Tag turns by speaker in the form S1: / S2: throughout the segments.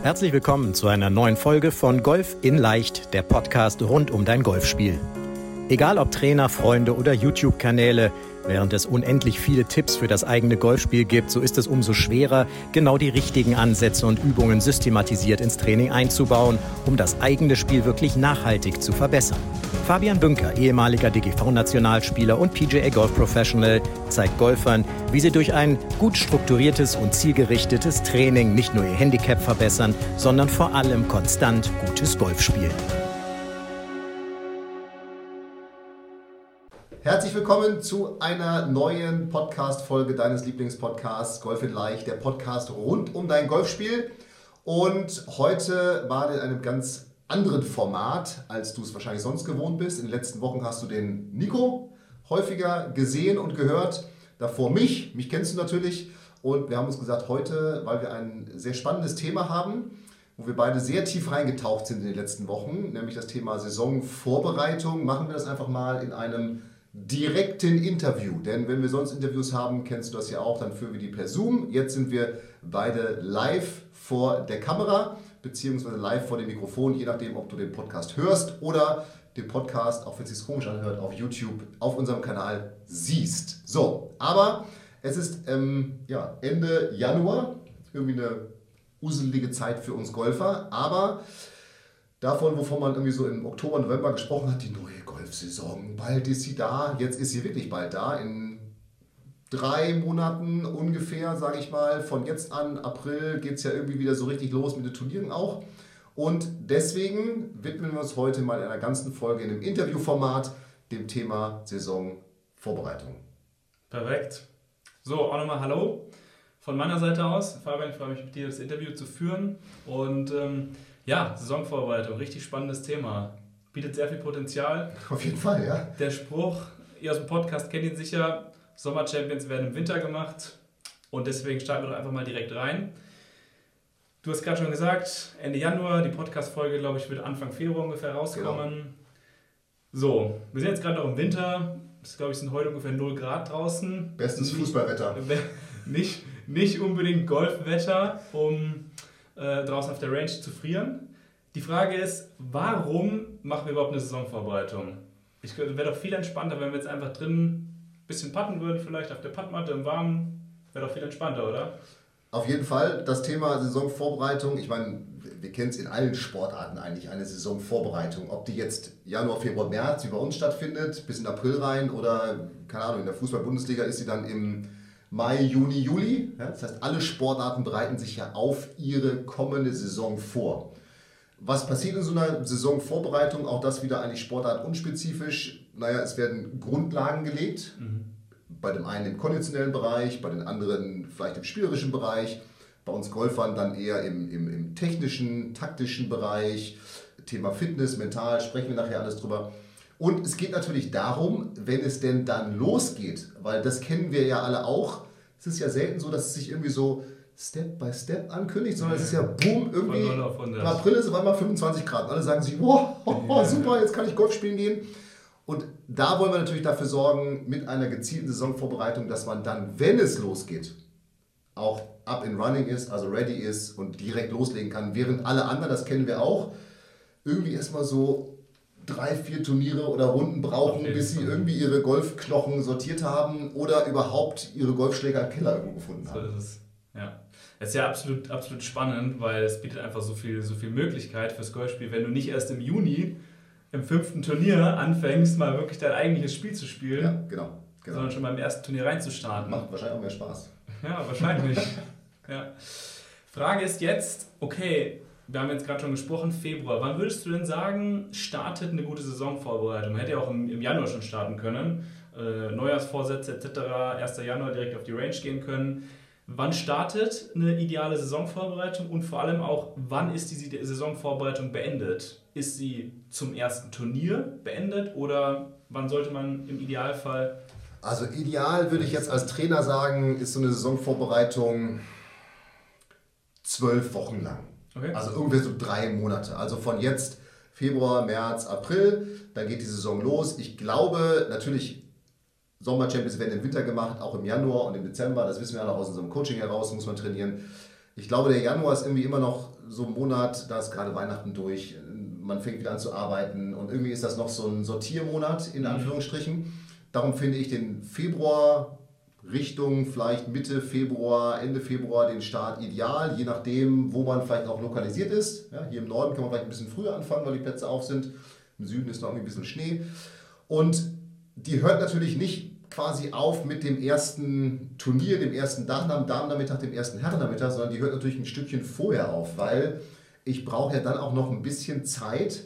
S1: Herzlich willkommen zu einer neuen Folge von Golf in Leicht, der Podcast rund um dein Golfspiel. Egal ob Trainer, Freunde oder YouTube-Kanäle, während es unendlich viele Tipps für das eigene Golfspiel gibt, so ist es umso schwerer, genau die richtigen Ansätze und Übungen systematisiert ins Training einzubauen, um das eigene Spiel wirklich nachhaltig zu verbessern. Fabian Bünker, ehemaliger DGV-Nationalspieler und PGA Golf Professional, zeigt Golfern, wie sie durch ein gut strukturiertes und zielgerichtetes Training nicht nur ihr Handicap verbessern, sondern vor allem konstant gutes Golf spielen.
S2: Herzlich willkommen zu einer neuen Podcast-Folge deines Lieblingspodcasts Golf in Leicht, der Podcast rund um dein Golfspiel. Und heute mal in einem ganz anderen Format, als du es wahrscheinlich sonst gewohnt bist. In den letzten Wochen hast du den Nico häufiger gesehen und gehört. Davor mich kennst du natürlich. Und wir haben uns gesagt, heute, weil wir ein sehr spannendes Thema haben, wo wir beide sehr tief reingetaucht sind in den letzten Wochen, nämlich das Thema Saisonvorbereitung, machen wir das einfach mal in einem direkten Interview. Denn wenn wir sonst Interviews haben, kennst du das ja auch, dann führen wir die per Zoom. Jetzt sind wir beide live vor der Kamera, beziehungsweise live vor dem Mikrofon, je nachdem, ob du den Podcast hörst oder den Podcast, auch wenn es sich komisch anhört, auf YouTube, auf unserem Kanal siehst. So, aber es ist Ende Januar, irgendwie eine uselige Zeit für uns Golfer, aber davon, wovon man irgendwie so im Oktober, November gesprochen hat, die neue Golfsaison, bald ist sie da, jetzt ist sie wirklich bald da, in 3 Monaten ungefähr, sage ich mal, von jetzt an, April, geht es ja irgendwie wieder so richtig los mit den Turnieren auch. Und deswegen widmen wir uns heute mal in einer ganzen Folge in einem Interviewformat dem Thema Saisonvorbereitung.
S3: Perfekt. So, auch nochmal Hallo von meiner Seite aus. Fabian, ich freue mich, mit dir das Interview zu führen. Und Saisonvorbereitung, richtig spannendes Thema. Bietet sehr viel Potenzial.
S2: Auf jeden Fall, ja.
S3: Der Spruch, ihr aus dem Podcast kennt ihn sicher, Sommer-Champions werden im Winter gemacht. Und deswegen starten wir doch einfach mal direkt rein. Du hast gerade schon gesagt, Ende Januar, die Podcast-Folge, glaube ich, wird Anfang Februar ungefähr rauskommen. Genau. So, wir sind jetzt gerade noch im Winter. Es glaube ich, sind heute ungefähr 0 Grad draußen.
S2: Bestes Fußballwetter.
S3: Nicht unbedingt Golfwetter, um draußen auf der Range zu frieren. Die Frage ist, warum machen wir überhaupt eine Saisonvorbereitung? Wäre doch viel entspannter, wenn wir jetzt einfach drin ein bisschen putten würden, vielleicht auf der Puttmatte im Warmen. Wäre doch viel entspannter, oder?
S2: Auf jeden Fall, das Thema Saisonvorbereitung, ich meine, wir kennen es in allen Sportarten eigentlich, eine Saisonvorbereitung. Ob die jetzt Januar, Februar, März wie bei uns stattfindet, bis in April rein oder, keine Ahnung, in der Fußball-Bundesliga ist sie dann im Mai, Juni, Juli. Ja, das heißt, alle Sportarten bereiten sich ja auf ihre kommende Saison vor. Was passiert in so einer Saisonvorbereitung? Auch das wieder eigentlich sportartunspezifisch. Naja, es werden Grundlagen gelegt. Bei dem einen im konditionellen Bereich, bei den anderen vielleicht im spielerischen Bereich. Bei uns Golfern dann eher im technischen, taktischen Bereich. Thema Fitness, mental, sprechen wir nachher alles drüber. Und es geht natürlich darum, wenn es denn dann losgeht, weil das kennen wir ja alle auch. Es ist ja selten so, dass es sich irgendwie so Step by Step ankündigt, sondern es ist ja boom, irgendwie im April ist es auf einmal 25 Grad. Alle sagen sich, wow, super, jetzt kann ich Golf spielen gehen. Und da wollen wir natürlich dafür sorgen, mit einer gezielten Saisonvorbereitung, dass man dann, wenn es losgeht, auch up and running ist, also ready ist und direkt loslegen kann. Während alle anderen, das kennen wir auch, irgendwie erstmal so 3-4 Turniere oder Runden brauchen, bis sie irgendwie ihre Golfknochen sortiert haben oder überhaupt ihre Golfschläger im Keller irgendwo gefunden haben.
S3: So ist es. Ja. Es ist ja absolut spannend, weil es bietet einfach so viel Möglichkeit fürs Golfspiel, wenn du nicht erst im Juni im 5. Turnier anfängst, mal wirklich dein eigentliches Spiel zu spielen.
S2: Ja, genau.
S3: Sondern schon beim ersten Turnier reinzustarten.
S2: Macht wahrscheinlich auch mehr Spaß.
S3: Ja, wahrscheinlich. Ja. Frage ist jetzt, okay, wir haben jetzt gerade schon gesprochen, Februar. Wann würdest du denn sagen, startet eine gute Saisonvorbereitung? Hätte ja auch im Januar schon starten können. Neujahrsvorsätze etc. 1. Januar direkt auf die Range gehen können. Wann startet eine ideale Saisonvorbereitung und vor allem auch, wann ist die Saisonvorbereitung beendet? Ist sie zum ersten Turnier beendet oder wann sollte man im Idealfall...
S2: Also ideal würde ich jetzt als Trainer sagen, ist so eine Saisonvorbereitung 12 Wochen lang. Okay. Also ungefähr so 3 Monate. Also von jetzt Februar, März, April, dann geht die Saison los. Ich glaube, natürlich Sommer-Champions werden im Winter gemacht, auch im Januar und im Dezember. Das wissen wir alle aus unserem Coaching heraus, muss man trainieren. Ich glaube, der Januar ist irgendwie immer noch so ein Monat, da ist gerade Weihnachten durch, man fängt wieder an zu arbeiten und irgendwie ist das noch so ein Sortiermonat in Anführungsstrichen. Darum finde ich den Februar Richtung vielleicht Mitte Februar, Ende Februar den Start ideal, je nachdem, wo man vielleicht auch lokalisiert ist. Ja, hier im Norden kann man vielleicht ein bisschen früher anfangen, weil die Plätze auf sind. Im Süden ist noch irgendwie ein bisschen Schnee. Und die hört natürlich nicht quasi auf mit dem ersten Turnier, dem ersten Damennachmittag, dem ersten Herrennachmittag, sondern die hört natürlich ein Stückchen vorher auf, weil ich brauche ja dann auch noch ein bisschen Zeit.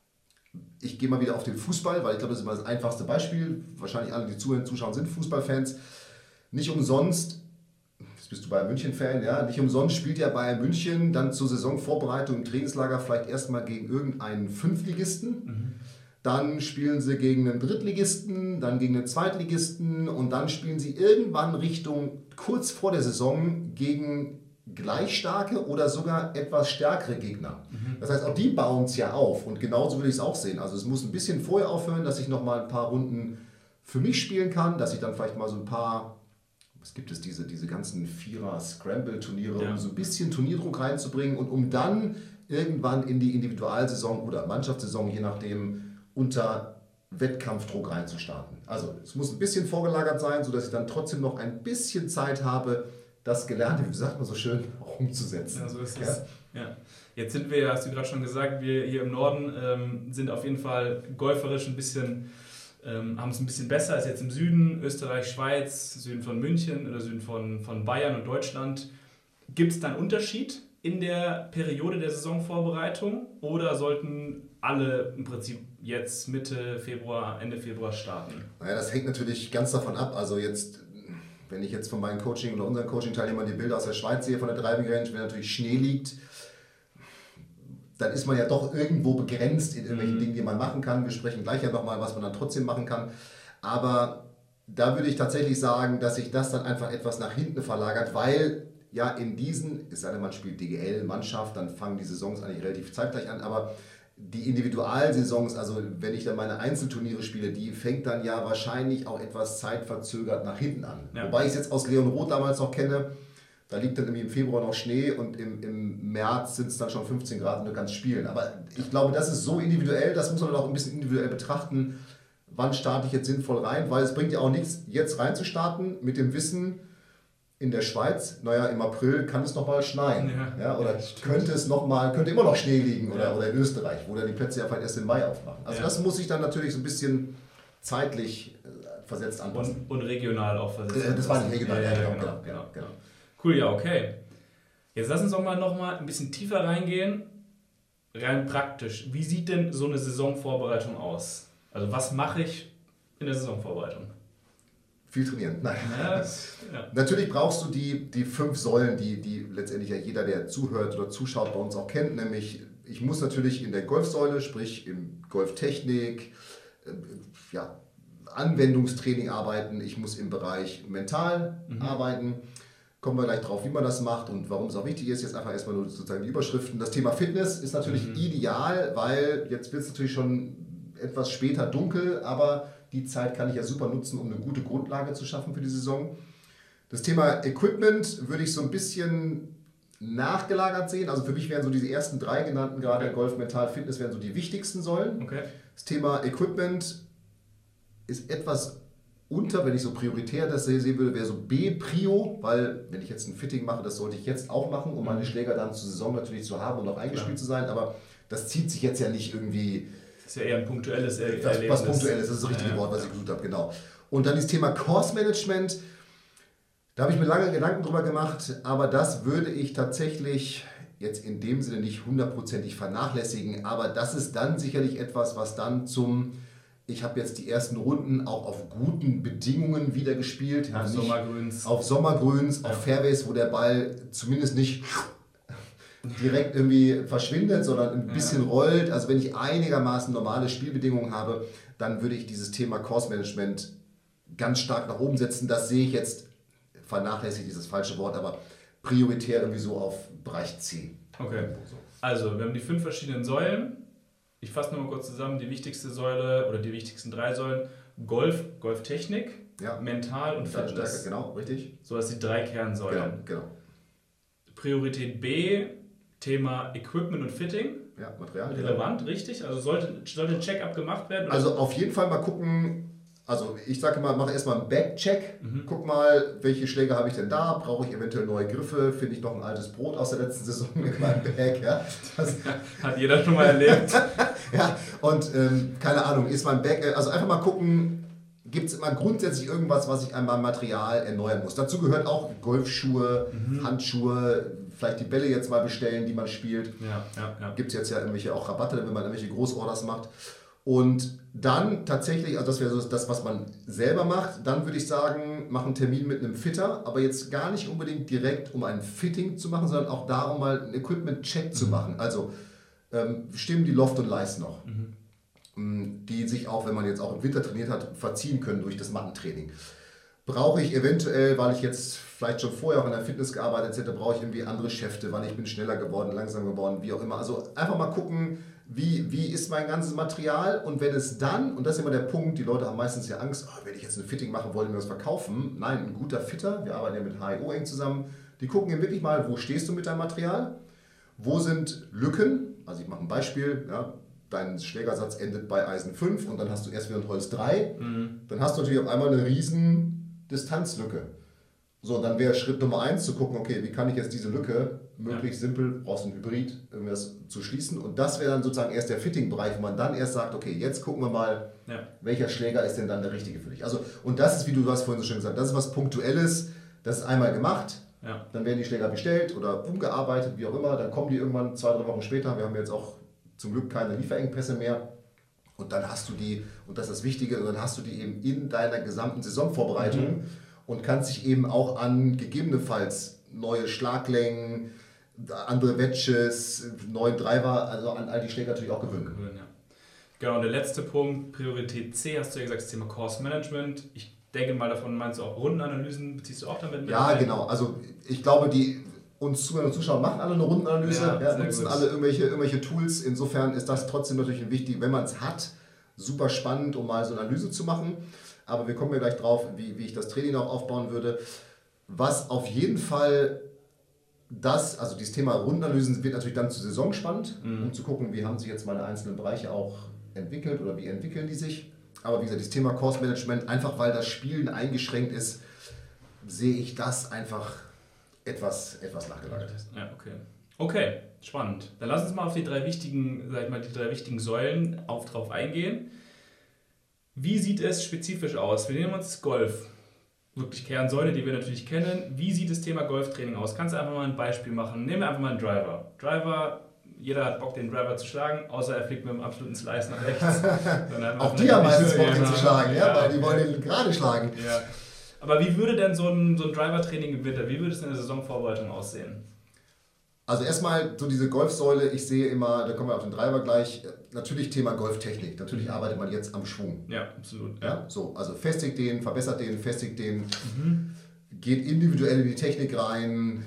S2: Ich gehe mal wieder auf den Fußball, weil ich glaube, das ist immer das einfachste Beispiel. Wahrscheinlich alle, die zuschauen, sind Fußballfans. Nicht umsonst, jetzt bist du Bayern München-Fan, ja, nicht umsonst spielt ja Bayern München dann zur Saisonvorbereitung im Trainingslager vielleicht erstmal gegen irgendeinen Fünftligisten. Dann spielen sie gegen einen Drittligisten, dann gegen einen Zweitligisten und dann spielen sie irgendwann Richtung kurz vor der Saison gegen gleich starke oder sogar etwas stärkere Gegner. Das heißt, auch die bauen es ja auf und genauso würde ich es auch sehen. Also es muss ein bisschen vorher aufhören, dass ich nochmal ein paar Runden für mich spielen kann, dass ich dann vielleicht mal so ein paar, was gibt es, diese ganzen Vierer-Scramble-Turniere, um so ein bisschen Turnierdruck reinzubringen und um dann irgendwann in die Individualsaison oder Mannschaftssaison, je nachdem, unter Wettkampfdruck reinzustarten. Also es muss ein bisschen vorgelagert sein, sodass ich dann trotzdem noch ein bisschen Zeit habe, das Gelernte, wie sagt man so schön, auch umzusetzen.
S3: Ja, so ist es. Ja. Jetzt sind wir, hast du gerade schon gesagt, wir hier im Norden sind auf jeden Fall golferisch ein bisschen, haben es ein bisschen besser als jetzt im Süden, Österreich, Schweiz, Süden von München oder Süden von Bayern und Deutschland. Gibt es da einen Unterschied in der Periode der Saisonvorbereitung oder sollten alle im Prinzip jetzt Mitte Februar, Ende Februar starten?
S2: Naja, das hängt natürlich ganz davon ab. Also jetzt, wenn ich jetzt von meinen Coaching- oder unseren Coaching-Teilnehmern die Bilder aus der Schweiz sehe, von der Driving Range, wenn natürlich Schnee liegt, dann ist man ja doch irgendwo begrenzt in irgendwelchen Dingen, die man machen kann. Wir sprechen gleich ja nochmal, was man dann trotzdem machen kann. Aber da würde ich tatsächlich sagen, dass sich das dann einfach etwas nach hinten verlagert, weil ja in diesen, es sei denn, man spielt DGL-Mannschaft, dann fangen die Saisons eigentlich relativ zeitgleich an, aber die Individualsaisons, also wenn ich dann meine Einzelturniere spiele, die fängt dann ja wahrscheinlich auch etwas zeitverzögert nach hinten an. Ja. Wobei ich es jetzt aus Leon Roth damals noch kenne, da liegt dann irgendwie im Februar noch Schnee und im März sind es dann schon 15 Grad und du kannst spielen. Aber ich glaube, das ist so individuell, das muss man auch ein bisschen individuell betrachten, wann starte ich jetzt sinnvoll rein, weil es bringt ja auch nichts, jetzt reinzustarten mit dem Wissen, in der Schweiz, naja, im April kann es nochmal schneien. Ja, oder könnte immer noch Schnee liegen oder in Österreich, wo dann die Plätze ja vielleicht erst im Mai aufmachen. Also das muss sich dann natürlich so ein bisschen zeitlich versetzt anpassen.
S3: Und regional auch versetzt.
S2: Das war nicht regional,
S3: genau. Cool, ja, okay. Jetzt lass uns noch mal ein bisschen tiefer reingehen. Rein praktisch. Wie sieht denn so eine Saisonvorbereitung aus? Also was mache ich in der Saisonvorbereitung?
S2: Viel trainieren. Nein. Ja. Natürlich brauchst du die 5 Säulen, die letztendlich ja jeder, der zuhört oder zuschaut, bei uns auch kennt. Nämlich, ich muss natürlich in der Golfsäule, sprich in Golftechnik, Anwendungstraining arbeiten. Ich muss im Bereich mental arbeiten. Kommen wir gleich drauf, wie man das macht und warum es auch wichtig ist. Jetzt einfach erstmal nur sozusagen die Überschriften. Das Thema Fitness ist natürlich ideal, weil jetzt wird es natürlich schon etwas später dunkel, aber die Zeit kann ich ja super nutzen, um eine gute Grundlage zu schaffen für die Saison. Das Thema Equipment würde ich so ein bisschen nachgelagert sehen. Also für mich wären so diese ersten 3 genannten, gerade Golf, Mental, Fitness, wären so die wichtigsten Säulen. Okay. Das Thema Equipment ist etwas unter, wenn ich so prioritär das sehen würde, wäre so B-Prio, weil wenn ich jetzt ein Fitting mache, das sollte ich jetzt auch machen, um meine Schläger dann zur Saison natürlich zu haben und auch eingespielt zu sein. Aber das zieht sich jetzt ja nicht irgendwie...
S3: Das ist ja eher ein punktuelles
S2: Erlebnis. Was punktuelles, das ist das richtige Wort, was ich gesucht habe, genau. Und dann das Thema Course Management, da habe ich mir lange Gedanken drüber gemacht, aber das würde ich tatsächlich jetzt in dem Sinne nicht 100%ig vernachlässigen, aber das ist dann sicherlich etwas, was dann ich habe jetzt die ersten Runden auch auf guten Bedingungen wieder gespielt. Auf Sommergrüns, auf Fairways, wo der Ball zumindest nicht direkt irgendwie verschwindet, sondern ein bisschen rollt. Also wenn ich einigermaßen normale Spielbedingungen habe, dann würde ich dieses Thema Course Management ganz stark nach oben setzen. Das sehe ich jetzt, vernachlässigt dieses falsche Wort, aber prioritär irgendwie so auf Bereich C.
S3: Okay, also wir haben die 5 verschiedenen Säulen. Ich fasse nochmal kurz zusammen, die wichtigste Säule oder die wichtigsten 3 Säulen. Golftechnik, Mental und Fitness.
S2: Genau, richtig.
S3: So, das sind die 3 Kernsäulen.
S2: Genau.
S3: Priorität B, Thema Equipment und Fitting.
S2: Ja, Material.
S3: Relevant, richtig? Also sollte ein Check-up gemacht werden?
S2: Also auf jeden Fall mal gucken, also ich sage mal, mach erstmal einen Back-Check. Guck mal, welche Schläger habe ich denn da? Brauche ich eventuell neue Griffe? Finde ich noch ein altes Brot aus der letzten Saison in meinem Bag? Ja?
S3: Hat jeder schon mal erlebt.
S2: Ja, und keine Ahnung, ist mein Bag, also einfach mal gucken, gibt es immer grundsätzlich irgendwas, was ich an meinem Material erneuern muss. Dazu gehört auch Golfschuhe, Handschuhe, vielleicht die Bälle jetzt mal bestellen, die man spielt.
S3: Ja.
S2: Gibt es jetzt ja irgendwelche auch Rabatte, wenn man irgendwelche Großorders macht. Und dann tatsächlich, also das wäre so das, was man selber macht, dann würde ich sagen, mach einen Termin mit einem Fitter, aber jetzt gar nicht unbedingt direkt, um ein Fitting zu machen, sondern auch darum, mal einen Equipment-Check zu machen. Also stimmen die Loft und Leist noch, die sich auch, wenn man jetzt auch im Winter trainiert hat, verziehen können durch das Mattentraining. Brauche ich eventuell, weil ich jetzt vielleicht schon vorher auch in der Fitness gearbeitet hätte, brauche ich irgendwie andere Schäfte, weil ich bin schneller geworden, langsam geworden, wie auch immer. Also einfach mal gucken, wie ist mein ganzes Material, und wenn es dann, und das ist immer der Punkt, die Leute haben meistens ja Angst, wenn ich jetzt ein Fitting mache, wollen wir das verkaufen. Nein, ein guter Fitter, wir arbeiten ja mit HIO eng zusammen, die gucken eben wirklich mal, wo stehst du mit deinem Material, wo sind Lücken, also ich mache ein Beispiel, ja, dein Schlägersatz endet bei Eisen 5 und dann hast du erst wieder ein Holz 3, dann hast du natürlich auf einmal eine riesen Distanzlücke. So, dann wäre Schritt Nummer 1 zu gucken, okay, wie kann ich jetzt diese Lücke möglichst simpel, brauchst du ein Hybrid, irgendwas zu schließen, und das wäre dann sozusagen erst der Fitting-Bereich, wo man dann erst sagt, okay, jetzt gucken wir mal, welcher Schläger ist denn dann der richtige für dich. Also, und das ist, wie du hast vorhin so schön gesagt, das ist was Punktuelles, das ist einmal gemacht, dann werden die Schläger bestellt oder umgearbeitet, wie auch immer, dann kommen die irgendwann 2-3 Wochen später, wir haben jetzt auch zum Glück keine Lieferengpässe mehr, und dann hast du die, und das ist das Wichtige, und dann hast du die eben in deiner gesamten Saisonvorbereitung und kannst dich eben auch an gegebenenfalls neue Schlaglängen, andere Wedges, neuen Driver, also an all die Schläger natürlich auch gewöhnen.
S3: Genau, und der letzte Punkt, Priorität C, hast du ja gesagt, das Thema Course Management. Ich denke mal, davon meinst du auch Rundenanalysen, beziehst du auch damit mit?
S2: Ja, genau. Also ich glaube, die uns Zuhörer und Zuschauer machen alle eine Rundenanalyse, nutzen alle irgendwelche Tools. Insofern ist das trotzdem natürlich wichtig, wenn man es hat, super spannend, um mal so eine Analyse zu machen. Aber wir kommen ja gleich drauf, wie ich das Training auch aufbauen würde. Was auf jeden Fall also dieses Thema Rundenanalysen wird natürlich dann zur Saison spannend, um zu gucken, wie haben sich jetzt meine einzelnen Bereiche auch entwickelt oder wie entwickeln die sich. Aber wie gesagt, das Thema Course Management, einfach weil das Spielen eingeschränkt ist, sehe ich das einfach etwas nachgelagert.
S3: Ja, okay, spannend. Dann lass uns mal auf die drei wichtigen Säulen drauf eingehen. Wie sieht es spezifisch aus? Wir nehmen uns Golf. Wirklich Kernsäule, die wir natürlich kennen. Wie sieht das Thema Golftraining aus? Kannst du einfach mal ein Beispiel machen? Nehmen wir einfach mal einen Driver. Jeder hat Bock, den Driver zu schlagen, außer er fliegt mit einem absoluten Slice nach rechts.
S2: Auch die haben meistens Bock, den zu schlagen, weil die wollen den gerade schlagen.
S3: Ja. Aber wie würde denn so ein Driver-Training im Winter, wie würde es in der Saisonvorbereitung aussehen?
S2: Also erstmal so diese Golfsäule, ich sehe immer, da kommen wir auf den Driver gleich, natürlich Thema Golftechnik. Natürlich arbeitet man jetzt am Schwung.
S3: Ja, absolut.
S2: Ja, so, also festigt den, verbessert den, festigt den, geht individuell in die Technik rein.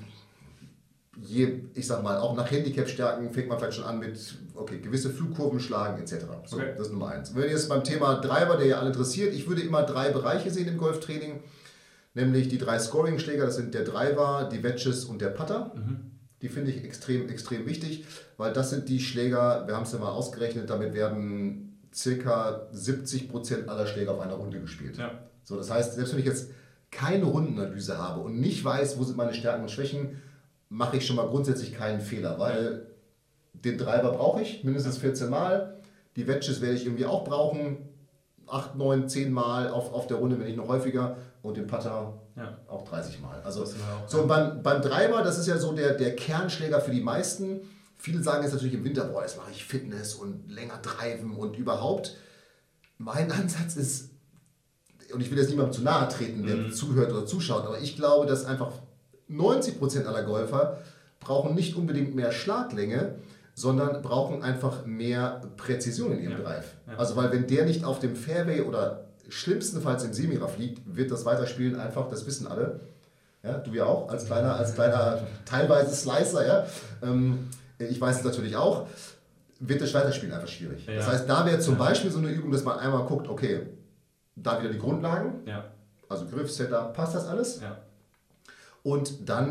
S2: Ich sag mal, auch nach Handicap-Stärken fängt man vielleicht schon an mit, gewisse Flugkurven schlagen etc. So, das ist Nummer 1. Wenn jetzt beim Thema Driver, der ja alle interessiert, ich würde immer 3 Bereiche sehen im Golftraining, nämlich die 3 Scoring-Schläger, das sind der Driver, die Wedges und der Putter. Die finde ich extrem, extrem wichtig, weil das sind die Schläger, wir haben es ja mal ausgerechnet, damit werden ca. 70% aller Schläger auf einer Runde gespielt. Ja. So, das heißt, selbst wenn ich jetzt keine Rundenanalyse habe und nicht weiß, wo sind meine Stärken und Schwächen, mache ich schon mal grundsätzlich keinen Fehler, weil den Driver brauche ich mindestens 14 Mal, die Wedges werde ich irgendwie auch brauchen, 8, 9, 10 Mal auf der Runde, wenn nicht noch häufiger, und den Putter auch 30 Mal. Also, so, und beim Driver, das ist ja so der Kernschläger für die meisten. Viele sagen jetzt natürlich im Winter, jetzt mache ich Fitness und länger driven und überhaupt. Mein Ansatz ist, und ich will jetzt niemandem zu nahe treten, der zuhört oder zuschaut, aber ich glaube, dass einfach 90% aller Golfer brauchen nicht unbedingt mehr Schlaglänge, sondern brauchen einfach mehr Präzision in ihrem Drive. Ja. Also weil wenn der nicht auf dem Fairway oder schlimmstenfalls im Semiraff liegt, wird das Weiterspielen einfach, das wissen alle. Ja, du ja auch, als kleiner teilweise Slicer, ja. Ich weiß es natürlich auch, wird das Weiterspielen einfach schwierig. Ja. Das heißt, da wäre zum Beispiel so eine Übung, dass man einmal guckt, okay, da wieder die Grundlagen, also Griff, Setup, passt das alles? Ja. Und dann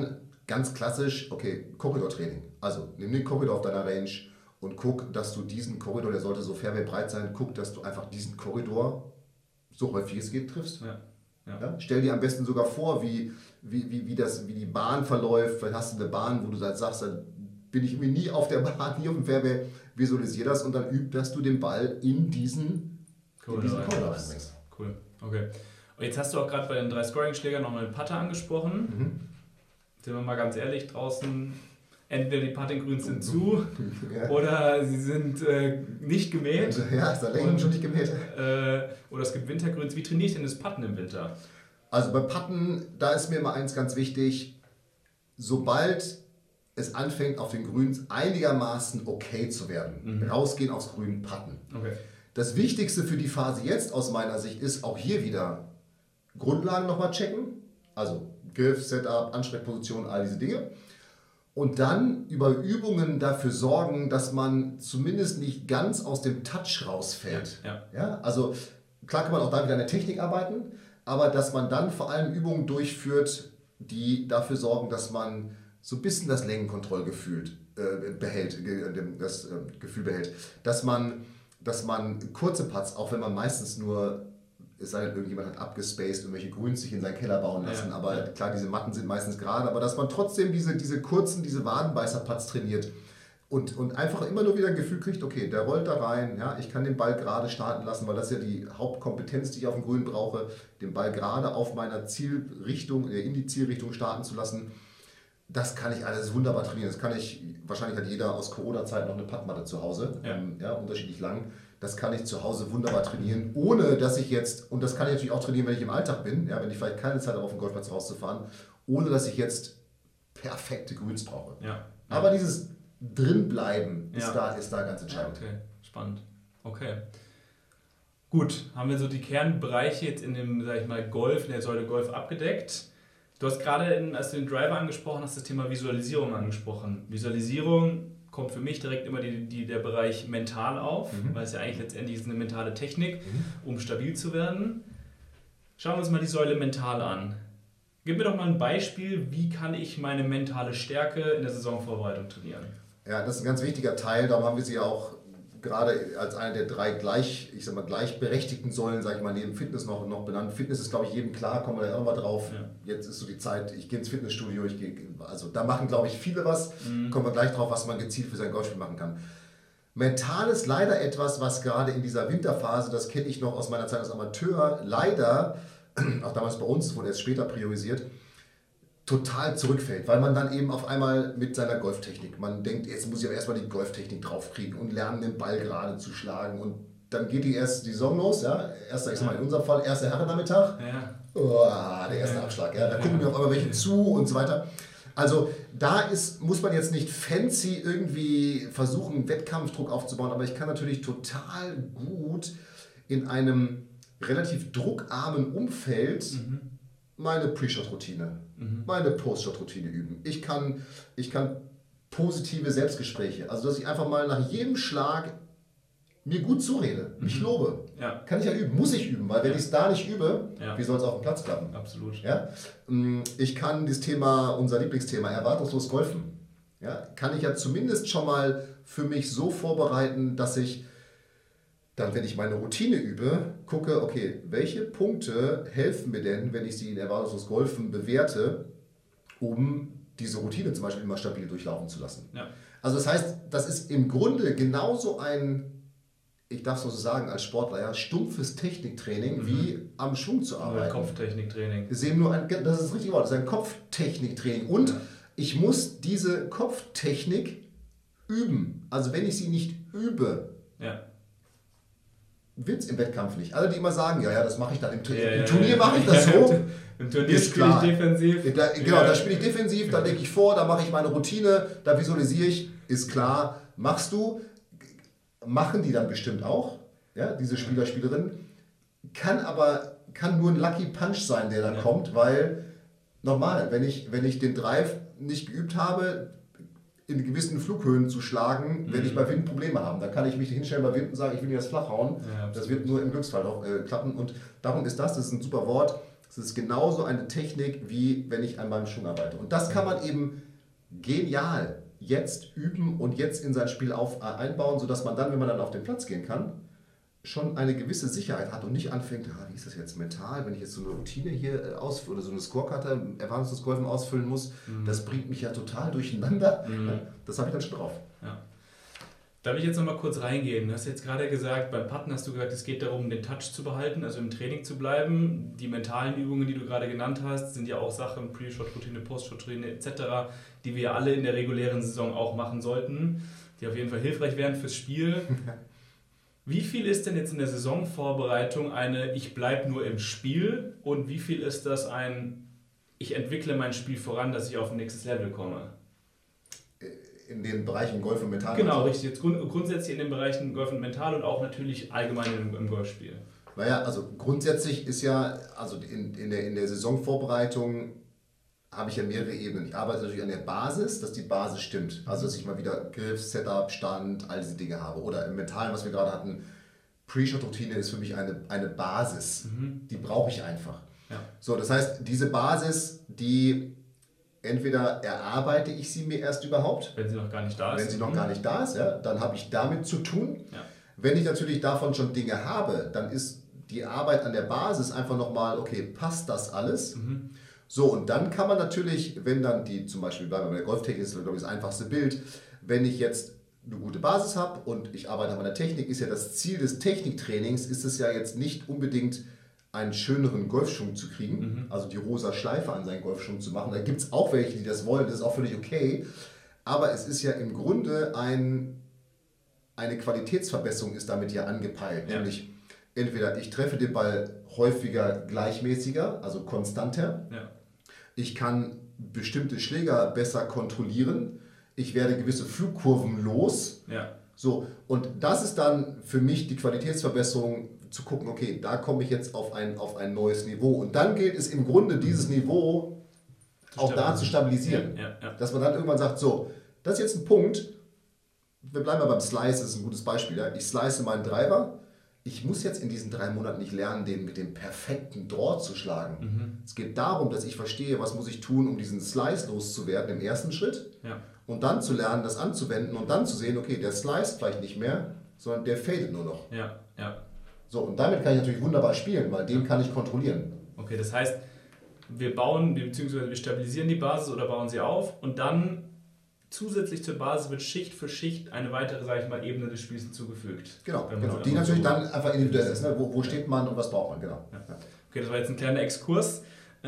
S2: ganz klassisch, okay, Korridortraining. Also nimm den Korridor auf deiner Range und guck, dass du diesen Korridor, der sollte so fairway breit sein, guck, dass du einfach diesen Korridor so häufig es geht triffst. Ja? Stell dir am besten sogar vor, wie die Bahn verläuft. Vielleicht hast du eine Bahn, wo du sagst, dann bin ich mir nie auf der Bahn, nie auf dem Fairway. Visualisier das und dann üb, dass du den Ball in diesen Korridor bringst.
S3: Cool, okay. Und jetzt hast du auch gerade bei den 3 Scoring-Schlägern noch mal einen Putter angesprochen. Sind wir mal ganz ehrlich, draußen entweder die Puttinggrüns sind zu oder sie sind nicht gemäht.
S2: Ja, ist da länger schon nicht gemäht.
S3: Oder es gibt Wintergrüns. Wie trainiere ich denn das Putten im Winter?
S2: Also beim Putten, da ist mir immer eins ganz wichtig, sobald es anfängt auf den Grüns einigermaßen okay zu werden, rausgehen aufs Grün, putten.
S3: Okay.
S2: Das Wichtigste für die Phase jetzt aus meiner Sicht ist auch hier wieder Grundlagen nochmal checken, also Griff, Setup, Anschreckposition, all diese Dinge. Und dann über Übungen dafür sorgen, dass man zumindest nicht ganz aus dem Touch rausfällt. Ja, also klar kann man auch da wieder an der Technik arbeiten, aber dass man dann vor allem Übungen durchführt, die dafür sorgen, dass man so ein bisschen das Längenkontrollgefühl behält. Dass man kurze Putts, auch wenn man meistens nur, es sei denn, irgendjemand hat abgespaced, irgendwelche Grüns sich in seinen Keller bauen lassen, aber klar, diese Matten sind meistens gerade, aber dass man trotzdem diese kurzen, diese Wadenbeißer-Putts trainiert und einfach immer nur wieder ein Gefühl kriegt, okay, der rollt da rein, ja, ich kann den Ball gerade starten lassen, weil das ist ja die Hauptkompetenz, die ich auf dem Grün brauche, den Ball gerade auf meiner Zielrichtung, in die Zielrichtung starten zu lassen. Das kann ich alles wunderbar trainieren. Das kann ich, wahrscheinlich hat jeder aus Corona-Zeit noch eine Puttmatte zu Hause, unterschiedlich lang. Das kann ich zu Hause wunderbar trainieren, ohne dass ich jetzt, und das kann ich natürlich auch trainieren, wenn ich im Alltag bin, ja, wenn ich vielleicht keine Zeit habe, auf dem Golfplatz rauszufahren, ohne dass ich jetzt perfekte Grüns brauche. Aber dieses Drinbleiben ist da ganz entscheidend.
S3: Okay, spannend. Okay. Gut, haben wir so die Kernbereiche jetzt in dem, sag ich mal, Golf, in der Säule Golf abgedeckt. Du hast gerade, als du den Driver angesprochen hast, das Thema Visualisierung angesprochen. Visualisierung kommt für mich direkt immer der Bereich mental auf, weil es ja eigentlich letztendlich ist eine mentale Technik, um stabil zu werden. Schauen wir uns mal die Säule mental an. Gib mir doch mal ein Beispiel, wie kann ich meine mentale Stärke in der Saisonvorbereitung trainieren?
S2: Ja, das ist ein ganz wichtiger Teil, darum haben wir sie ja auch gerade als eine der 3 gleichberechtigten Säulen, sage ich mal, neben Fitness noch benannt. Fitness ist, glaube ich, jedem klar, kommen wir da irgendwann drauf. Ja. Jetzt ist so die Zeit, ich gehe ins Fitnessstudio, also da machen, glaube ich, viele was. Kommen wir gleich drauf, was man gezielt für sein Golfspiel machen kann. Mental ist leider etwas, was gerade in dieser Winterphase, das kenne ich noch aus meiner Zeit als Amateur, leider, auch damals bei uns, wurde erst später priorisiert, total zurückfällt, weil man dann eben auf einmal mit seiner Golftechnik, man denkt, jetzt muss ich aber erstmal die Golftechnik draufkriegen und lernen, den Ball gerade zu schlagen und dann geht die erste Saison los, ja, erster, ich sag mal in unserem Fall, erster Herrennachmittag, der erste Abschlag, ja, da gucken mir auf einmal welche zu und so weiter. Also da muss man jetzt nicht fancy irgendwie versuchen, Wettkampfdruck aufzubauen, aber ich kann natürlich total gut in einem relativ druckarmen Umfeld meine Pre-Shot-Routine, meine Post-Shot-Routine üben. Ich kann positive Selbstgespräche, also dass ich einfach mal nach jedem Schlag mir gut zurede, mich lobe. Ja. Kann ich ja üben, muss ich üben, weil wenn ich es da nicht übe, wie soll es auf dem Platz klappen?
S3: Absolut.
S2: Ja? Ich kann das Thema, unser Lieblingsthema, erwartungslos golfen, ja? Kann ich ja zumindest schon mal für mich so vorbereiten, dass ich dann, wenn ich meine Routine übe, gucke, okay, welche Punkte helfen mir denn, wenn ich sie in erwartungslos Golfen bewerte, um diese Routine zum Beispiel immer stabil durchlaufen zu lassen. Ja. Also das heißt, das ist im Grunde genauso ein, ich darf es so sagen als Sportler, ja, stumpfes Techniktraining, wie am Schwung zu arbeiten.
S3: Kopftechniktraining.
S2: Das ist das richtige Wort, das ist ein Kopftechniktraining. Und ich muss diese Kopftechnik üben. Also wenn ich sie nicht übe, wird es im Wettkampf nicht. Alle, die immer sagen, ja, das mache ich dann im Turnier. Im Turnier mache ich das so.
S3: Im Turnier spiele ich defensiv.
S2: Da spiele ich defensiv, da denke ich vor, da mache ich meine Routine, da visualisiere ich, ist klar, machst du. Machen die dann bestimmt auch, ja, diese Spieler, Spielerinnen. Kann nur ein Lucky Punch sein, der dann kommt, weil normal, wenn ich den Drive nicht geübt habe, in gewissen Flughöhen zu schlagen, werde ich bei Wind Probleme haben. Da kann ich mich hinstellen bei Wind und sagen, ich will dir das flach hauen. Ja, das wird nur im Glücksfall auch klappen. Und darum ist das ist ein super Wort, Es ist genauso eine Technik, wie wenn ich an meinem Schwung arbeite. Und das kann man eben genial jetzt üben und jetzt in sein Spiel einbauen, sodass man dann, wenn man dann auf den Platz gehen kann, schon eine gewisse Sicherheit hat und nicht anfängt, wie ist das jetzt mental, wenn ich jetzt so eine Routine hier ausfülle oder so eine Scorekarte erwartungslos Golfen ausfüllen muss, das bringt mich ja total durcheinander. Das habe ich dann schon drauf.
S3: Ja. Da will ich jetzt nochmal kurz reingehen. Du hast jetzt gerade gesagt, beim Putten hast du gesagt, es geht darum, den Touch zu behalten, also im Training zu bleiben. Die mentalen Übungen, die du gerade genannt hast, sind ja auch Sachen, Pre-Shot-Routine, Post-Shot-Routine etc., die wir alle in der regulären Saison auch machen sollten, die auf jeden Fall hilfreich wären fürs Spiel. Wie viel ist denn jetzt in der Saisonvorbereitung eine ich bleibe nur im Spiel und wie viel ist das ein ich entwickle mein Spiel voran, dass ich auf ein nächstes Level komme?
S2: In den Bereichen Golf und Mental?
S3: Genau, richtig. Jetzt grundsätzlich in den Bereichen Golf und Mental und auch natürlich allgemein im Golfspiel.
S2: Naja, also grundsätzlich ist ja, also in der Saisonvorbereitung habe ich ja mehrere Ebenen. Ich arbeite natürlich an der Basis, dass die Basis stimmt. Also dass ich mal wieder Griff, Setup, Stand, all diese Dinge habe. Oder im Mentalen, was wir gerade hatten, Pre-Shot-Routine ist für mich eine Basis. Die brauche ich einfach.
S3: Ja.
S2: So, das heißt, diese Basis, die entweder erarbeite ich sie mir erst überhaupt,
S3: wenn sie noch gar nicht da ist.
S2: Wenn sie noch gar nicht da ist, ja, dann habe ich damit zu tun.
S3: Ja.
S2: Wenn ich natürlich davon schon Dinge habe, dann ist die Arbeit an der Basis einfach nochmal, okay, passt das alles? So, und dann kann man natürlich, wenn dann die, zum Beispiel bei der Golftechnik ist, glaube ich, das einfachste Bild, wenn ich jetzt eine gute Basis habe und ich arbeite an meiner Technik, ist ja das Ziel des Techniktrainings, ist es ja jetzt nicht unbedingt einen schöneren Golfschwung zu kriegen, also die rosa Schleife an seinen Golfschwung zu machen. Da gibt es auch welche, die das wollen, das ist auch völlig okay, aber es ist ja im Grunde eine Qualitätsverbesserung ist damit ja angepeilt, nämlich entweder ich treffe den Ball häufiger gleichmäßiger, also konstanter, ich kann bestimmte Schläger besser kontrollieren, ich werde gewisse Flugkurven los. So, und das ist dann für mich die Qualitätsverbesserung, zu gucken, okay, da komme ich jetzt auf ein neues Niveau. Und dann gilt es im Grunde, dieses Niveau auch da zu stabilisieren. Dass man dann irgendwann sagt, so, das ist jetzt ein Punkt, wir bleiben mal beim Slice, das ist ein gutes Beispiel. Ja? Ich slice meinen Driver, ich muss jetzt in diesen 3 Monaten nicht lernen, den mit dem perfekten Draw zu schlagen. Es geht darum, dass ich verstehe, was muss ich tun, um diesen Slice loszuwerden im ersten Schritt. Und dann zu lernen, das anzuwenden und dann zu sehen, okay, der Slice vielleicht nicht mehr, sondern der fadet nur noch. So, und damit kann ich natürlich wunderbar spielen, weil den kann ich kontrollieren.
S3: Okay, das heißt, wir bauen, bzw. wir stabilisieren die Basis oder bauen sie auf und dann zusätzlich zur Basis wird Schicht für Schicht eine weitere, sage ich mal, Ebene des Spiels hinzugefügt.
S2: Genau. Die natürlich dann einfach individuell ist. Ne? Wo steht man und was braucht man, genau.
S3: Okay, das war jetzt ein kleiner Exkurs.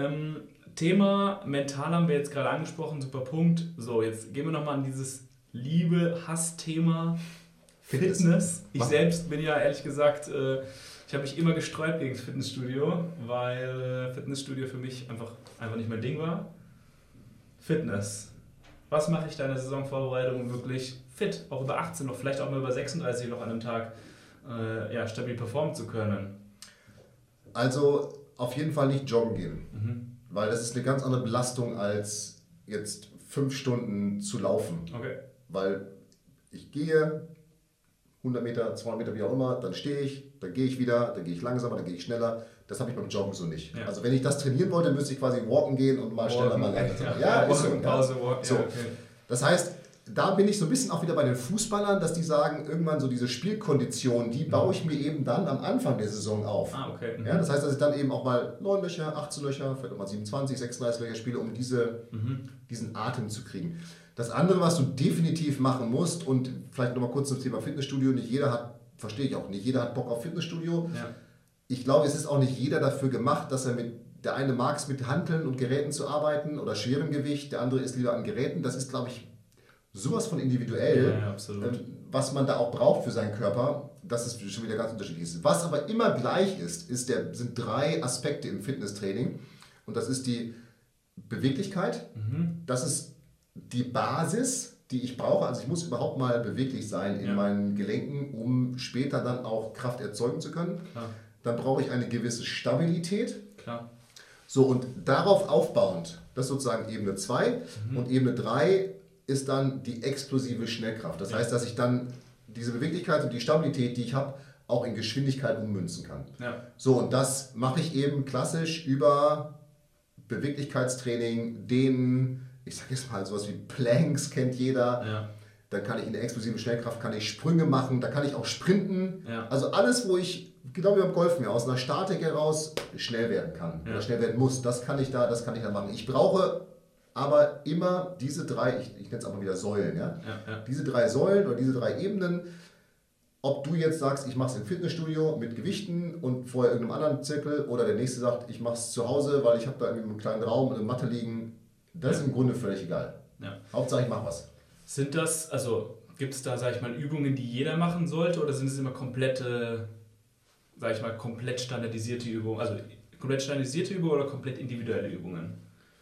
S3: Thema mental haben wir jetzt gerade angesprochen, super Punkt. So, jetzt gehen wir nochmal an dieses Liebe-Hass-Thema Fitness. Ich selbst bin ja ehrlich gesagt, ich habe mich immer gesträubt gegen das Fitnessstudio, weil Fitnessstudio für mich einfach nicht mein Ding war. Fitness. Was mache ich da in der Saisonvorbereitung, um wirklich fit, auch über 18 noch, vielleicht auch mal über 36 noch an einem Tag stabil performen zu können?
S2: Also auf jeden Fall nicht joggen gehen, weil das ist eine ganz andere Belastung als jetzt 5 Stunden zu laufen.
S3: Okay.
S2: Weil ich gehe 100 Meter, 200 Meter, wie auch immer, dann stehe ich, dann gehe ich wieder, dann gehe ich langsamer, dann gehe ich schneller. Das habe ich beim Joggen so nicht. Ja. Also wenn ich das trainieren wollte, müsste ich quasi walken gehen und mal schneller, mal langsamer. Ist so.
S3: Pause, walk.
S2: So. Okay. Das heißt, da bin ich so ein bisschen auch wieder bei den Fußballern, dass die sagen, irgendwann so diese Spielkondition, die baue ich mir eben dann am Anfang der Saison auf.
S3: Okay.
S2: Ja, das heißt, dass ich dann eben auch mal 9 Löcher, 18 Löcher, vielleicht auch mal 27, 36 Löcher spiele, um diesen Atem zu kriegen. Das andere, was du definitiv machen musst, und vielleicht nochmal kurz zum Thema Fitnessstudio, nicht jeder hat, verstehe ich auch, nicht jeder hat Bock auf Fitnessstudio.
S3: Ja.
S2: Ich glaube, es ist auch nicht jeder dafür gemacht, dass der eine mag es mit Hanteln und Geräten zu arbeiten oder schwerem Gewicht, der andere ist lieber an Geräten. Das ist, glaube ich, sowas von individuell, was man da auch braucht für seinen Körper, dass es schon wieder ganz unterschiedlich ist. Was aber immer gleich sind 3 Aspekte im Fitnesstraining, und das ist die Beweglichkeit, das ist die Basis, die ich brauche, also ich muss überhaupt mal beweglich sein in meinen Gelenken, um später dann auch Kraft erzeugen zu können.
S3: Klar.
S2: Dann brauche ich eine gewisse Stabilität.
S3: Klar.
S2: So, und darauf aufbauend, das ist sozusagen Ebene 2 und Ebene 3 ist dann die explosive Schnellkraft. Das heißt, dass ich dann diese Beweglichkeit und die Stabilität, die ich habe, auch in Geschwindigkeit ummünzen kann.
S3: Ja.
S2: So, und das mache ich eben klassisch über Beweglichkeitstraining, Dehnen, ich sage jetzt mal sowas wie Planks kennt jeder.
S3: Ja.
S2: Dann kann ich in der explosiven Schnellkraft kann ich Sprünge machen, da kann ich auch sprinten.
S3: Ja.
S2: Also alles, wo ich, genau wie beim Golfen, aus einer Statik heraus schnell werden kann oder schnell werden muss, das kann ich da machen. Ich brauche aber immer diese drei, ich nenne es aber wieder Säulen, diese 3 Säulen oder diese 3 Ebenen. Ob du jetzt sagst, ich mache es im Fitnessstudio mit Gewichten und vorher irgendeinem anderen Zirkel oder der nächste sagt, ich mache es zu Hause, weil ich habe da irgendwie einen kleinen Raum und eine Matte liegen, das ist im Grunde völlig egal.
S3: Ja.
S2: Hauptsache ich mache was.
S3: Sind das, also gibt es da, sag ich mal, Übungen, die jeder machen sollte oder sind es immer komplette, sag ich mal, komplett standardisierte Übungen? Also komplett standardisierte Übungen oder komplett individuelle Übungen?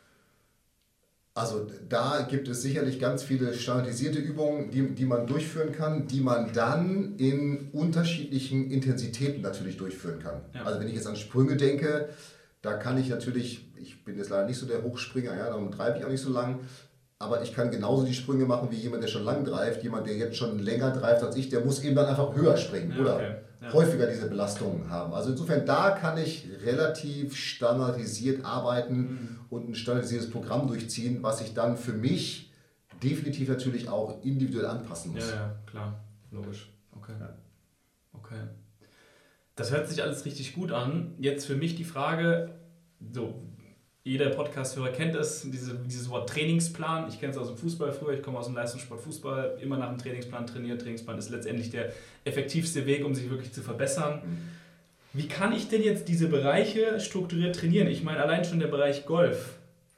S2: Also da gibt es sicherlich ganz viele standardisierte Übungen, die man durchführen kann, die man dann in unterschiedlichen Intensitäten natürlich durchführen kann. Ja. Also wenn ich jetzt an Sprünge denke, da kann ich natürlich, ich bin jetzt leider nicht so der Hochspringer, darum treibe ich auch nicht so lang, aber ich kann genauso die Sprünge machen wie jemand, der schon lang greift. Jemand, der jetzt schon länger greift als ich, der muss eben dann einfach höher springen oder häufiger diese Belastungen haben. Also insofern, da kann ich relativ standardisiert arbeiten und ein standardisiertes Programm durchziehen, was ich dann für mich definitiv natürlich auch individuell anpassen muss.
S3: Ja, klar, logisch. Okay. Ja. Okay. Das hört sich alles richtig gut an. Jetzt für mich die Frage, so, jeder Podcast-Hörer kennt es, dieses Wort Trainingsplan. Ich kenne es aus dem Fußball früher, ich komme aus dem Leistungssport Fußball, immer nach dem Trainingsplan trainieren. Trainingsplan ist letztendlich der effektivste Weg, um sich wirklich zu verbessern. Wie kann ich denn jetzt diese Bereiche strukturiert trainieren? Ich meine, allein schon der Bereich Golf.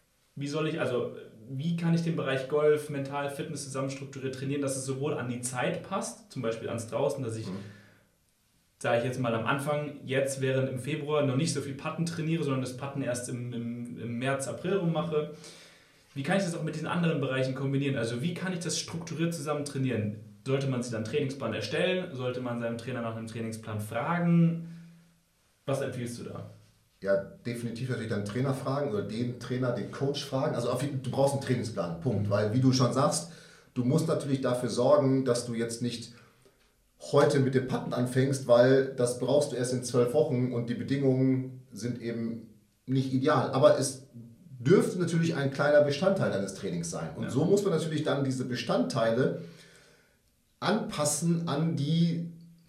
S3: Wie kann ich den Bereich Golf, Mental, Fitness zusammen strukturiert trainieren, dass es sowohl an die Zeit passt, zum Beispiel ans Draußen, dass ich sage ich jetzt mal am Anfang, jetzt während im Februar noch nicht so viel Putten trainiere, sondern das Putten erst im März, April rum mache. Wie kann ich das auch mit diesen anderen Bereichen kombinieren? Also wie kann ich das strukturiert zusammen trainieren? Sollte man sich dann einen Trainingsplan erstellen? Sollte man seinem Trainer nach einem Trainingsplan fragen? Was empfiehlst du da?
S2: Ja, definitiv natürlich dann Trainer fragen oder den Trainer, den Coach fragen. Also du brauchst einen Trainingsplan, Punkt. Weil wie du schon sagst, du musst natürlich dafür sorgen, dass du jetzt nicht heute mit dem Putten anfängst, weil das brauchst du erst in 12 Wochen und die Bedingungen sind eben nicht ideal. Aber es dürfte natürlich ein kleiner Bestandteil deines Trainings sein. Und so muss man natürlich dann diese Bestandteile anpassen an die,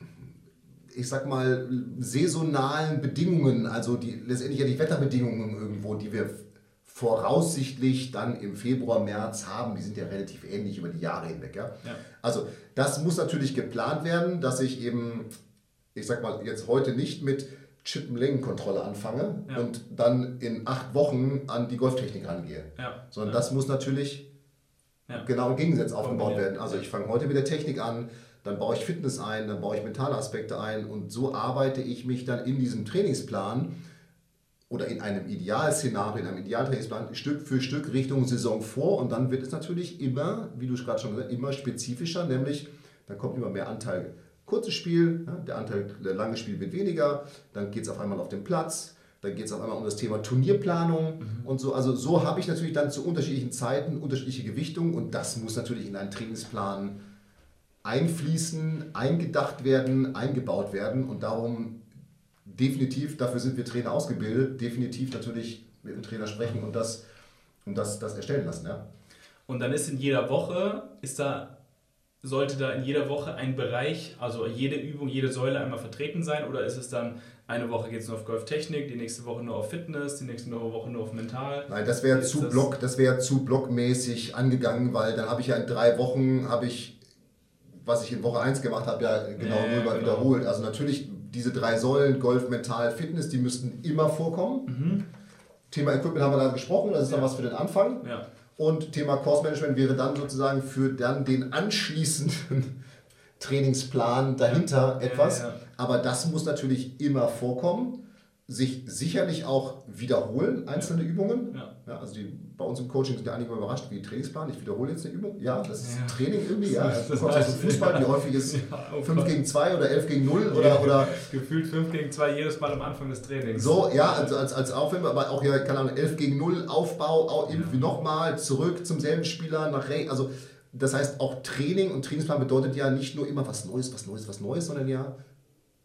S2: ich sag mal, saisonalen Bedingungen, also letztendlich ja die Wetterbedingungen irgendwo, die wir voraussichtlich dann im Februar, März haben, die sind ja relativ ähnlich über die Jahre hinweg. Ja? Also das muss natürlich geplant werden, dass ich eben, ich sag mal, jetzt heute nicht mit Chippenlängenkontrolle anfange und dann in 8 Wochen an die Golftechnik rangehe. Sondern das muss natürlich genau im Gegensatz aufgebaut werden. Also ich fange heute mit der Technik an, dann baue ich Fitness ein, dann baue ich mentale Aspekte ein und so arbeite ich mich dann in diesem Trainingsplan oder in einem Idealszenario, in einem Idealtrainingsplan Stück für Stück Richtung Saison vor und dann wird es natürlich immer, wie du gerade schon gesagt hast, immer spezifischer, nämlich dann kommt immer mehr Anteil kurzes Spiel, der Anteil langes Spiel wird weniger, dann geht es auf einmal auf den Platz, dann geht es auf einmal um das Thema Turnierplanung und so. Also so habe ich natürlich dann zu unterschiedlichen Zeiten unterschiedliche Gewichtungen und das muss natürlich in einen Trainingsplan einfließen, eingedacht werden, eingebaut werden und darum definitiv, dafür sind wir Trainer ausgebildet, definitiv natürlich mit dem Trainer sprechen und das erstellen lassen. Ja.
S3: Und dann ist in jeder Woche, sollte da in jeder Woche ein Bereich, also jede Übung, jede Säule einmal vertreten sein oder ist es dann, eine Woche geht es nur auf Golftechnik, die nächste Woche nur auf Fitness, die nächste Woche nur auf Mental?
S2: Nein, das wäre zu blockmäßig angegangen, weil dann habe ich ja in 3 Wochen, was ich in Woche 1 gemacht habe, ja genau nullmal wiederholt. Also natürlich diese 3 Säulen, Golf, Mental, Fitness, die müssten immer vorkommen. Thema Equipment haben wir da gesprochen, das ist dann was für den Anfang.
S3: Ja.
S2: Und Thema Course Management wäre dann sozusagen für dann den anschließenden Trainingsplan dahinter etwas. Ja. Aber das muss natürlich immer vorkommen, sich sicherlich auch wiederholen, einzelne Übungen. Ja, also bei uns im Coaching sind ja einige überrascht, wie Trainingsplan, ich wiederhole jetzt eine Übung. Ja, das ist Training irgendwie. Ja. Du kommst aus dem Fußball, wie häufig ist 5 gegen 2 oder 11 gegen 0 oder
S3: gefühlt 5 gegen 2 jedes Mal am Anfang des Trainings.
S2: So, ja, also als Aufwärmer, aber auch hier, keine Ahnung, 11 gegen 0 Aufbau, auch irgendwie nochmal zurück zum selben Spieler, nach rechts. Also das heißt, auch Training und Trainingsplan bedeutet ja nicht nur immer was Neues, sondern ja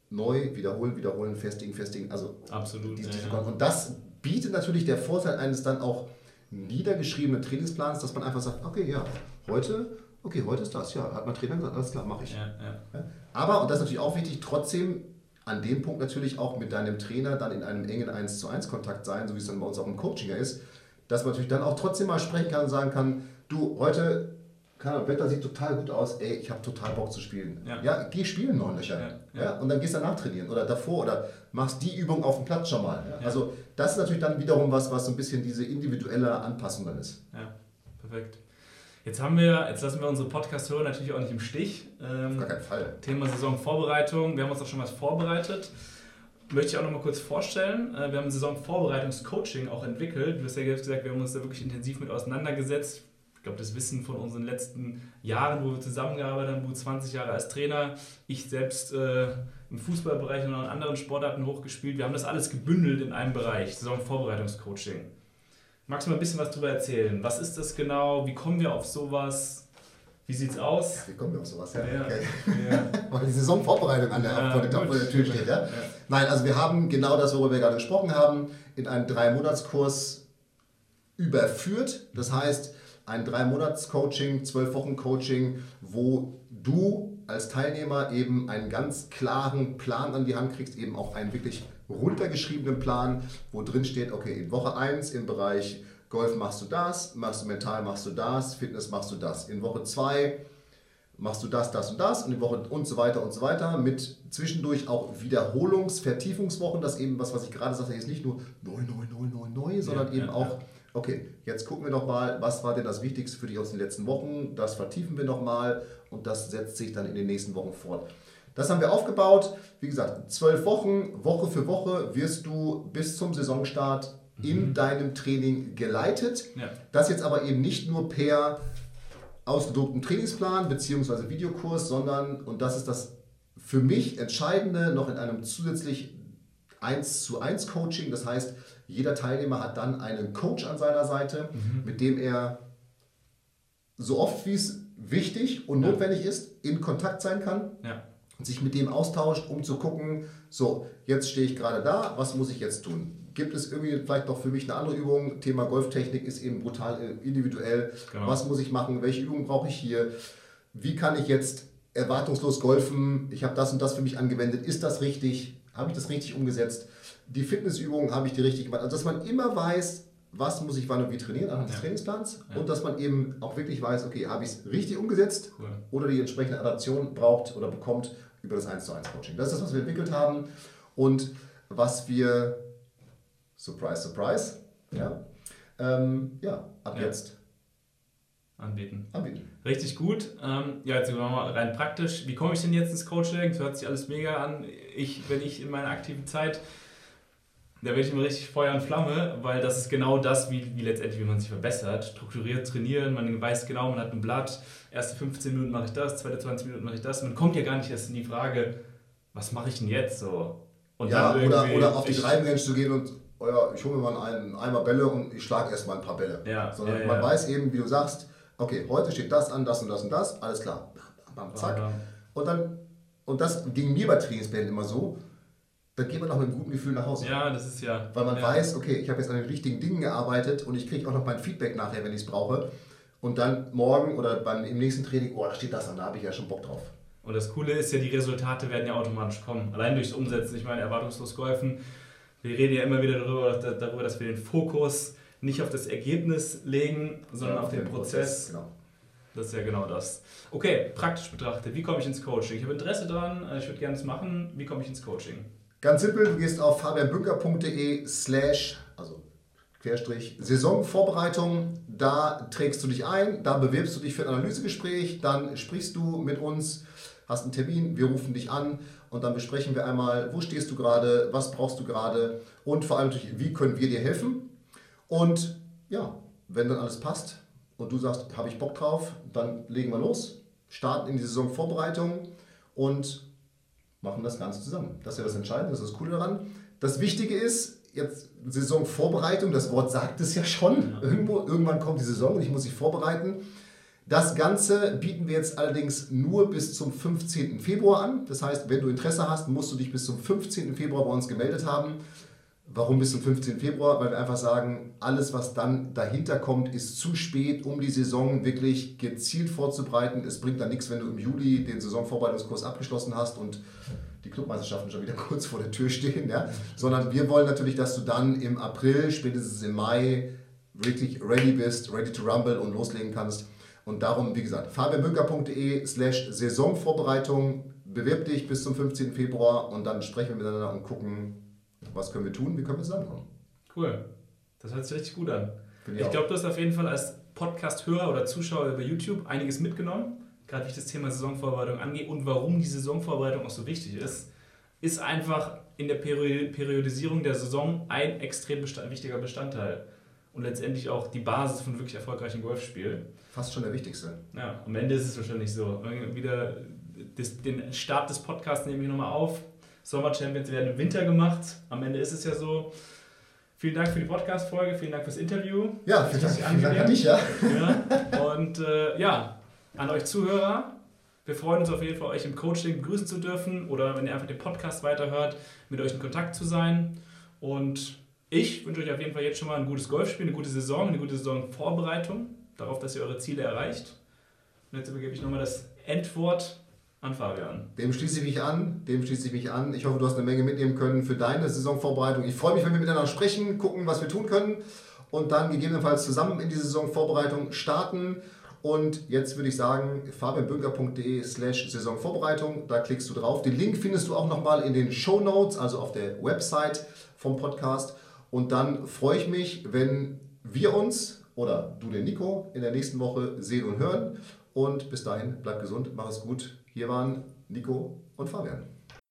S2: neu, wiederholen, festigen. Also
S3: absolut.
S2: Und das bietet natürlich der Vorteil eines dann auch niedergeschriebenen Trainingsplans, dass man einfach sagt, okay, ja, heute ist das, ja, hat mein Trainer gesagt, alles klar, mache ich.
S3: Ja.
S2: Aber, und das ist natürlich auch wichtig, trotzdem an dem Punkt natürlich auch mit deinem Trainer dann in einem engen 1:1 Kontakt sein, so wie es dann bei uns auch im Coaching ist, dass man natürlich dann auch trotzdem mal sprechen kann und sagen kann, du, heute, Wetter sieht total gut aus, ey, ich habe total Bock zu spielen. Ja, geh spielen 9 Löcher. Ja, und dann gehst du danach trainieren oder davor oder machst die Übung auf dem Platz schon mal. Ja. Also das ist natürlich dann wiederum was so ein bisschen diese individuelle Anpassung dann ist.
S3: Ja, perfekt. Jetzt lassen wir unsere Podcast-Hörer natürlich auch nicht im Stich.
S2: Auf gar keinen Fall.
S3: Thema Saisonvorbereitung, wir haben uns auch schon was vorbereitet. Möchte ich auch noch mal kurz vorstellen. Wir haben ein Saisonvorbereitungscoaching auch entwickelt. Du hast ja gesagt, wir haben uns da wirklich intensiv mit auseinandergesetzt. Ich glaube, das Wissen von unseren letzten Jahren, wo wir zusammengearbeitet haben, 20 Jahre als Trainer, ich selbst im Fußballbereich und auch in anderen Sportarten hochgespielt. Wir haben das alles gebündelt in einem Bereich, Saisonvorbereitungscoaching. Magst du mal ein bisschen was darüber erzählen? Was ist das genau? Wie kommen wir auf sowas? Wie sieht's aus?
S2: Ja, wie kommen wir auf sowas? Ja.
S3: Okay.
S2: Weil die Saisonvorbereitung vor der Tür steht. Ja? Nein, also wir haben genau das, worüber wir gerade gesprochen haben, in einen 3-Monats-Kurs überführt. Das heißt, ein 3-Monats-Coaching, 12-Wochen-Coaching, wo du als Teilnehmer eben einen ganz klaren Plan an die Hand kriegst, eben auch einen wirklich runtergeschriebenen Plan, wo drin steht, okay, in Woche 1 im Bereich Golf machst du das, mental machst du das, Fitness machst du das. In Woche 2 machst du das und das und in Woche und so weiter mit zwischendurch auch Vertiefungswochen, das eben was ich gerade sagte, ist nicht nur neu, sondern eben auch, okay, jetzt gucken wir noch mal, was war denn das Wichtigste für dich aus den letzten Wochen, das vertiefen wir noch mal und das setzt sich dann in den nächsten Wochen fort. Das haben wir aufgebaut. Wie gesagt, 12 Wochen, Woche für Woche wirst du bis zum Saisonstart in deinem Training geleitet. Ja. Das jetzt aber eben nicht nur per ausgedruckten Trainingsplan bzw. Videokurs, sondern, und das ist das für mich Entscheidende, noch in einem zusätzlich 1:1 Coaching. Das heißt, jeder Teilnehmer hat dann einen Coach an seiner Seite, mit dem er so oft wie es wichtig und notwendig ist, in Kontakt sein kann. Ja. Und sich mit dem austauscht, um zu gucken, so, jetzt stehe ich gerade da, was muss ich jetzt tun? Gibt es irgendwie vielleicht noch für mich eine andere Übung? Thema Golftechnik ist eben brutal individuell. Genau. Was muss ich machen? Welche Übung brauche ich hier? Wie kann ich jetzt erwartungslos golfen? Ich habe das und das für mich angewendet. Ist das richtig? Habe ich das richtig umgesetzt? Die Fitnessübungen, habe ich die richtig gemacht? Also, dass man immer weiß, was muss ich wann und wie trainieren anhand des Trainingsplans und dass man eben auch wirklich weiß, okay, habe ich es richtig umgesetzt oder die entsprechende Adaption braucht oder bekommt über das 1:1 Coaching. Das ist das, was wir entwickelt haben und was wir, surprise, surprise, ab jetzt
S3: anbieten.
S2: Richtig gut.
S3: Jetzt mal rein praktisch. Wie komme ich denn jetzt ins Coaching? Das hört sich alles mega an. Wenn ich in meiner aktiven Zeit, da werde ich immer richtig Feuer und Flamme, weil das ist genau das, wie letztendlich, wie man sich verbessert. Strukturiert trainieren, man weiß genau, man hat ein Blatt, erste 15 Minuten mache ich das, zweite 20 Minuten mache ich das. Man kommt ja gar nicht erst in die Frage, was mache ich denn jetzt so? Und dann
S2: oder auf die Driving Range zu gehen und ich hole mir mal einen Eimer Bälle und ich schlage erstmal ein paar Bälle. Sondern man weiß eben, wie du sagst, okay, heute steht das an, das und das und das, alles klar. Bam, zack. Und das ging mir bei Trainingsplänen immer so, dann geht man auch mit einem guten Gefühl nach Hause.
S3: Ja, das ist ja.
S2: Weil man weiß, okay, ich habe jetzt an den richtigen Dingen gearbeitet und ich kriege auch noch mein Feedback nachher, wenn ich es brauche. Und dann morgen oder im nächsten Training, da steht das an, da habe ich ja schon Bock drauf.
S3: Und das Coole ist ja, die Resultate werden ja automatisch kommen. Allein durchs Umsetzen, ich meine, erwartungslos golfen. Wir reden ja immer wieder darüber, dass wir den Fokus nicht auf das Ergebnis legen, sondern auf den Prozess. Genau. Das ist ja genau das. Okay, praktisch betrachtet, wie komme ich ins Coaching? Ich habe Interesse daran, ich würde gerne das machen. Wie komme ich ins Coaching?
S2: Ganz simpel, du gehst auf fabianbünker.de Saisonvorbereitung, da trägst du dich ein, da bewirbst du dich für ein Analysegespräch, dann sprichst du mit uns, hast einen Termin, wir rufen dich an und dann besprechen wir einmal, wo stehst du gerade, was brauchst du gerade und vor allem natürlich, wie können wir dir helfen. Und ja, wenn dann alles passt und du sagst, habe ich Bock drauf, dann legen wir los, starten in die Saisonvorbereitung und machen das Ganze zusammen. Das ist ja das Entscheidende, das ist das Coole daran. Das Wichtige ist, jetzt Saisonvorbereitung, das Wort sagt es ja schon, irgendwann kommt die Saison und ich muss mich vorbereiten. Das Ganze bieten wir jetzt allerdings nur bis zum 15. Februar an. Das heißt, wenn du Interesse hast, musst du dich bis zum 15. Februar bei uns gemeldet haben. Warum bis zum 15. Februar? Weil wir einfach sagen, alles, was dann dahinter kommt, ist zu spät, um die Saison wirklich gezielt vorzubereiten. Es bringt dann nichts, wenn du im Juli den Saisonvorbereitungskurs abgeschlossen hast und die Clubmeisterschaften schon wieder kurz vor der Tür stehen. Ja? Sondern wir wollen natürlich, dass du dann im April, spätestens im Mai, wirklich ready bist, ready to rumble und loslegen kannst. Und darum, wie gesagt, fabianbünker.de/Saisonvorbereitung, bewirb dich bis zum 15. Februar und dann sprechen wir miteinander und gucken, was können wir tun, wie können wir zusammenkommen.
S3: Cool, das hört sich richtig gut an. Ich glaube, du hast auf jeden Fall als Podcast-Hörer oder Zuschauer über YouTube einiges mitgenommen, gerade wie ich das Thema Saisonvorbereitung angehe und warum die Saisonvorbereitung auch so wichtig ist einfach in der Periodisierung der Saison ein extrem wichtiger Bestandteil. Und letztendlich auch die Basis von wirklich erfolgreichen Golfspielen.
S2: Fast schon der wichtigste.
S3: Ja, am Ende ist es wahrscheinlich so. Wieder den Start des Podcasts nehme ich nochmal auf. Sommer-Champions werden im Winter gemacht. Am Ende ist es ja so. Vielen Dank für die Podcast-Folge, vielen Dank fürs Interview.
S2: Ja, vielen Dank an dich, ja.
S3: Und an euch Zuhörer. Wir freuen uns auf jeden Fall, euch im Coaching begrüßen zu dürfen oder wenn ihr einfach den Podcast weiterhört, mit euch in Kontakt zu sein. Und ich wünsche euch auf jeden Fall jetzt schon mal ein gutes Golfspiel, eine gute Saisonvorbereitung, darauf, dass ihr eure Ziele erreicht. Und jetzt übergebe ich nochmal das Endwort an Fabian.
S2: Dem schließe ich mich an. Ich hoffe, du hast eine Menge mitnehmen können für deine Saisonvorbereitung. Ich freue mich, wenn wir miteinander sprechen, gucken, was wir tun können und dann gegebenenfalls zusammen in die Saisonvorbereitung starten. Und jetzt würde ich sagen, fabianbünker.de/Saisonvorbereitung, da klickst du drauf. Den Link findest du auch nochmal in den Shownotes, also auf der Website vom Podcast. Und dann freue ich mich, wenn wir uns oder du den Nico in der nächsten Woche sehen und hören. Und bis dahin, bleib gesund, mach es gut. Hier waren Nico und Fabian.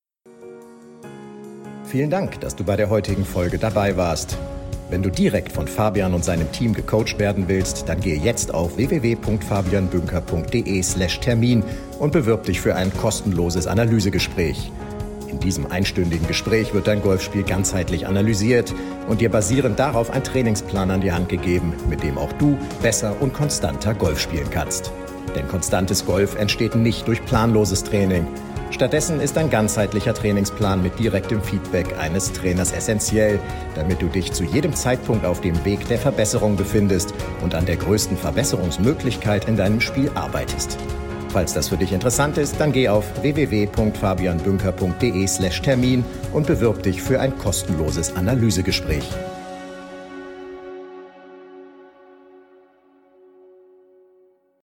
S1: Vielen Dank, dass du bei der heutigen Folge dabei warst. Wenn du direkt von Fabian und seinem Team gecoacht werden willst, dann gehe jetzt auf www.fabianbünker.de/Termin und bewirb dich für ein kostenloses Analysegespräch. In diesem einstündigen Gespräch wird dein Golfspiel ganzheitlich analysiert und dir basierend darauf ein Trainingsplan an die Hand gegeben, mit dem auch du besser und konstanter Golf spielen kannst. Denn konstantes Golf entsteht nicht durch planloses Training. Stattdessen ist ein ganzheitlicher Trainingsplan mit direktem Feedback eines Trainers essentiell, damit du dich zu jedem Zeitpunkt auf dem Weg der Verbesserung befindest und an der größten Verbesserungsmöglichkeit in deinem Spiel arbeitest. Falls das für dich interessant ist, dann geh auf www.fabianbünker.de/Termin und bewirb dich für ein kostenloses Analysegespräch.